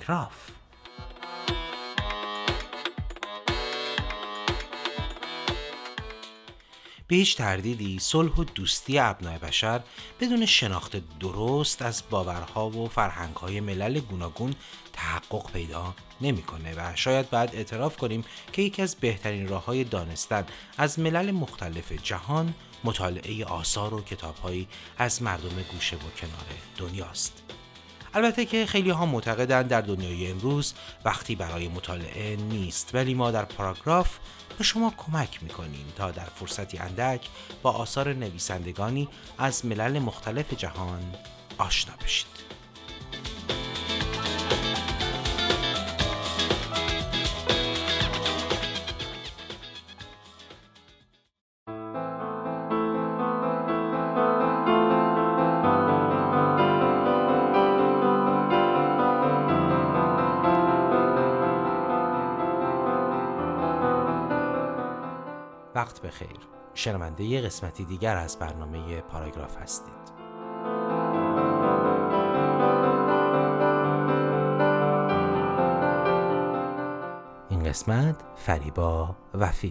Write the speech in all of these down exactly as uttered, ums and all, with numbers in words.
صراف. به هیچ تردیدی صلح و دوستی ابناء بشر بدون شناخت درست از باورها و فرهنگ‌های ملل گوناگون تحقق پیدا نمی‌کنه و شاید باید اعتراف کنیم که یکی از بهترین راه‌های دانستن از ملل مختلف جهان مطالعه آثار و کتاب‌هایی از مردم گوشه و کنار دنیاست. البته که خیلی ها معتقدند در دنیای امروز وقتی برای مطالعه نیست، ولی ما در پاراگراف به شما کمک میکنیم تا در فرصتی اندک با آثار نویسندگانی از ملل مختلف جهان آشنا بشید. وقت بخیر، شنونده ی قسمتی دیگر از برنامه پاراگراف هستید. این قسمت فریبا وفی.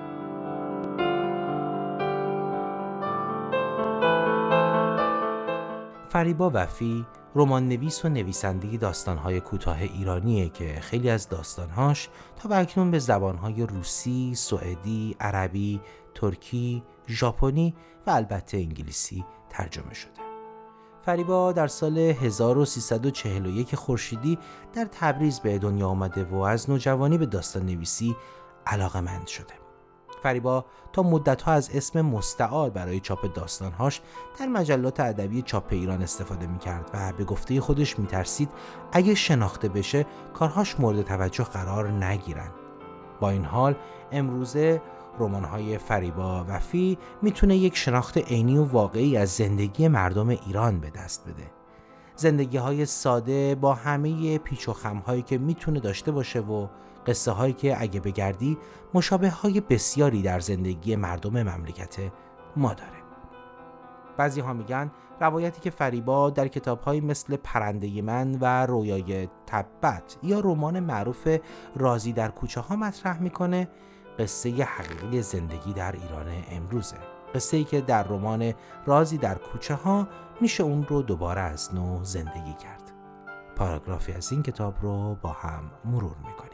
فریبا وفی رمان نویس و نویسنده داستان‌های کوتاه ایرانیه که خیلی از داستان‌هاش تا به اکنون به زبان‌های روسی، سوئدی، عربی، ترکی، ژاپنی و البته انگلیسی ترجمه شده. فریبا در سال هزار و سیصد و چهل و یک خورشیدی در تبریز به دنیا آمده و از نوجوانی به داستان نویسی علاقه‌مند شده. فریبا تا مدت‌ها از اسم مستعار برای چاپ داستان‌هاش در مجلات ادبی چاپ ایران استفاده می‌کرد و به گفته خودش می‌ترسید اگه شناخته بشه کارهاش مورد توجه قرار نگیرن. با این حال امروزه رمان‌های فریبا وفی میتونه یک شناخت عینی و واقعی از زندگی مردم ایران به دست بده. زندگی‌های ساده با همه پیچ و خم‌هایی که میتونه داشته باشه و قصه هایی که اگه بگردی مشابه های بسیاری در زندگی مردم مملکت ما داره. بعضی ها میگن روایتی که فریبا در کتاب های مثل پرنده من و رویای تبت یا رمان معروف رازی در کوچه ها مطرح میکنه قصه حقیقی زندگی در ایران امروزه. قصه ای که در رمان رازی در کوچه ها میشه اون رو دوباره از نو زندگی کرد. پاراگرافی از این کتاب رو با هم مرور میکنیم.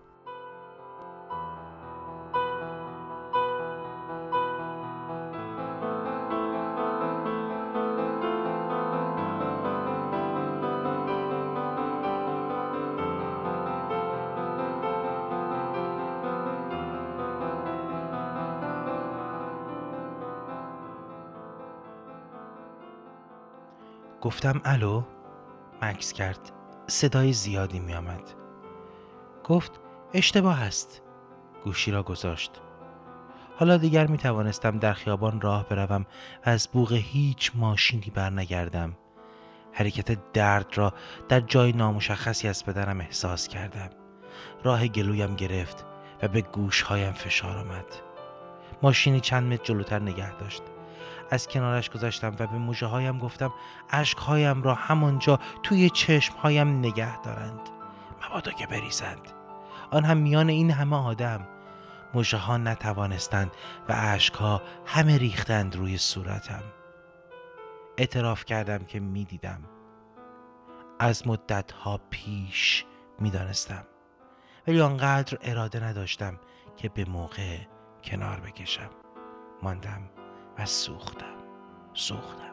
گفتم الو؟ مکس کرد. صدای زیادی می آمد. گفت اشتباه است. گوشی را گذاشت. حالا دیگر می توانستم در خیابان راه بروم و از بوق هیچ ماشینی بر نگردم. حرکت درد را در جای نامشخصی از بدنم احساس کردم. راه گلویم گرفت و به گوشهایم فشار آمد. ماشینی چند متر جلوتر نگه داشت. از کنارش گذاشتم و به مژه هایم گفتم اشکهایم را همانجا توی چشمهایم نگه دارند، مبادا که بریزند. آن هم میان این همه آدم. مژه ها نتوانستند و اشکها همه ریختند روی صورتم. اعتراف کردم که می دیدم. از مدت ها پیش می دانستم، ولی آنقدر اراده نداشتم که به موقع کنار بکشم. ماندم و سوختم سوختم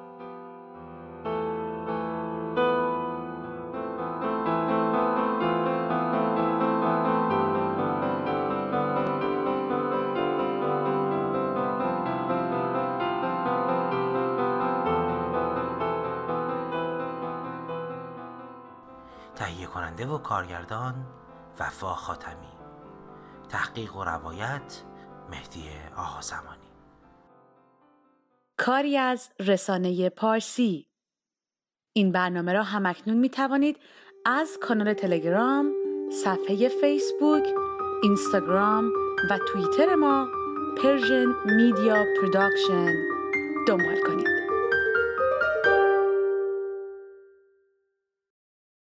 تهیه کننده و کارگردان وفا خاتمی. تحقیق و روایت مهدی آقازمانی. کاری از رسانه پارسی. این برنامه را همکنون می توانید از کانال تلگرام، صفحه فیسبوک، اینستاگرام و توییتر ما پرژن میدیا پروداکشن دنبال کنید.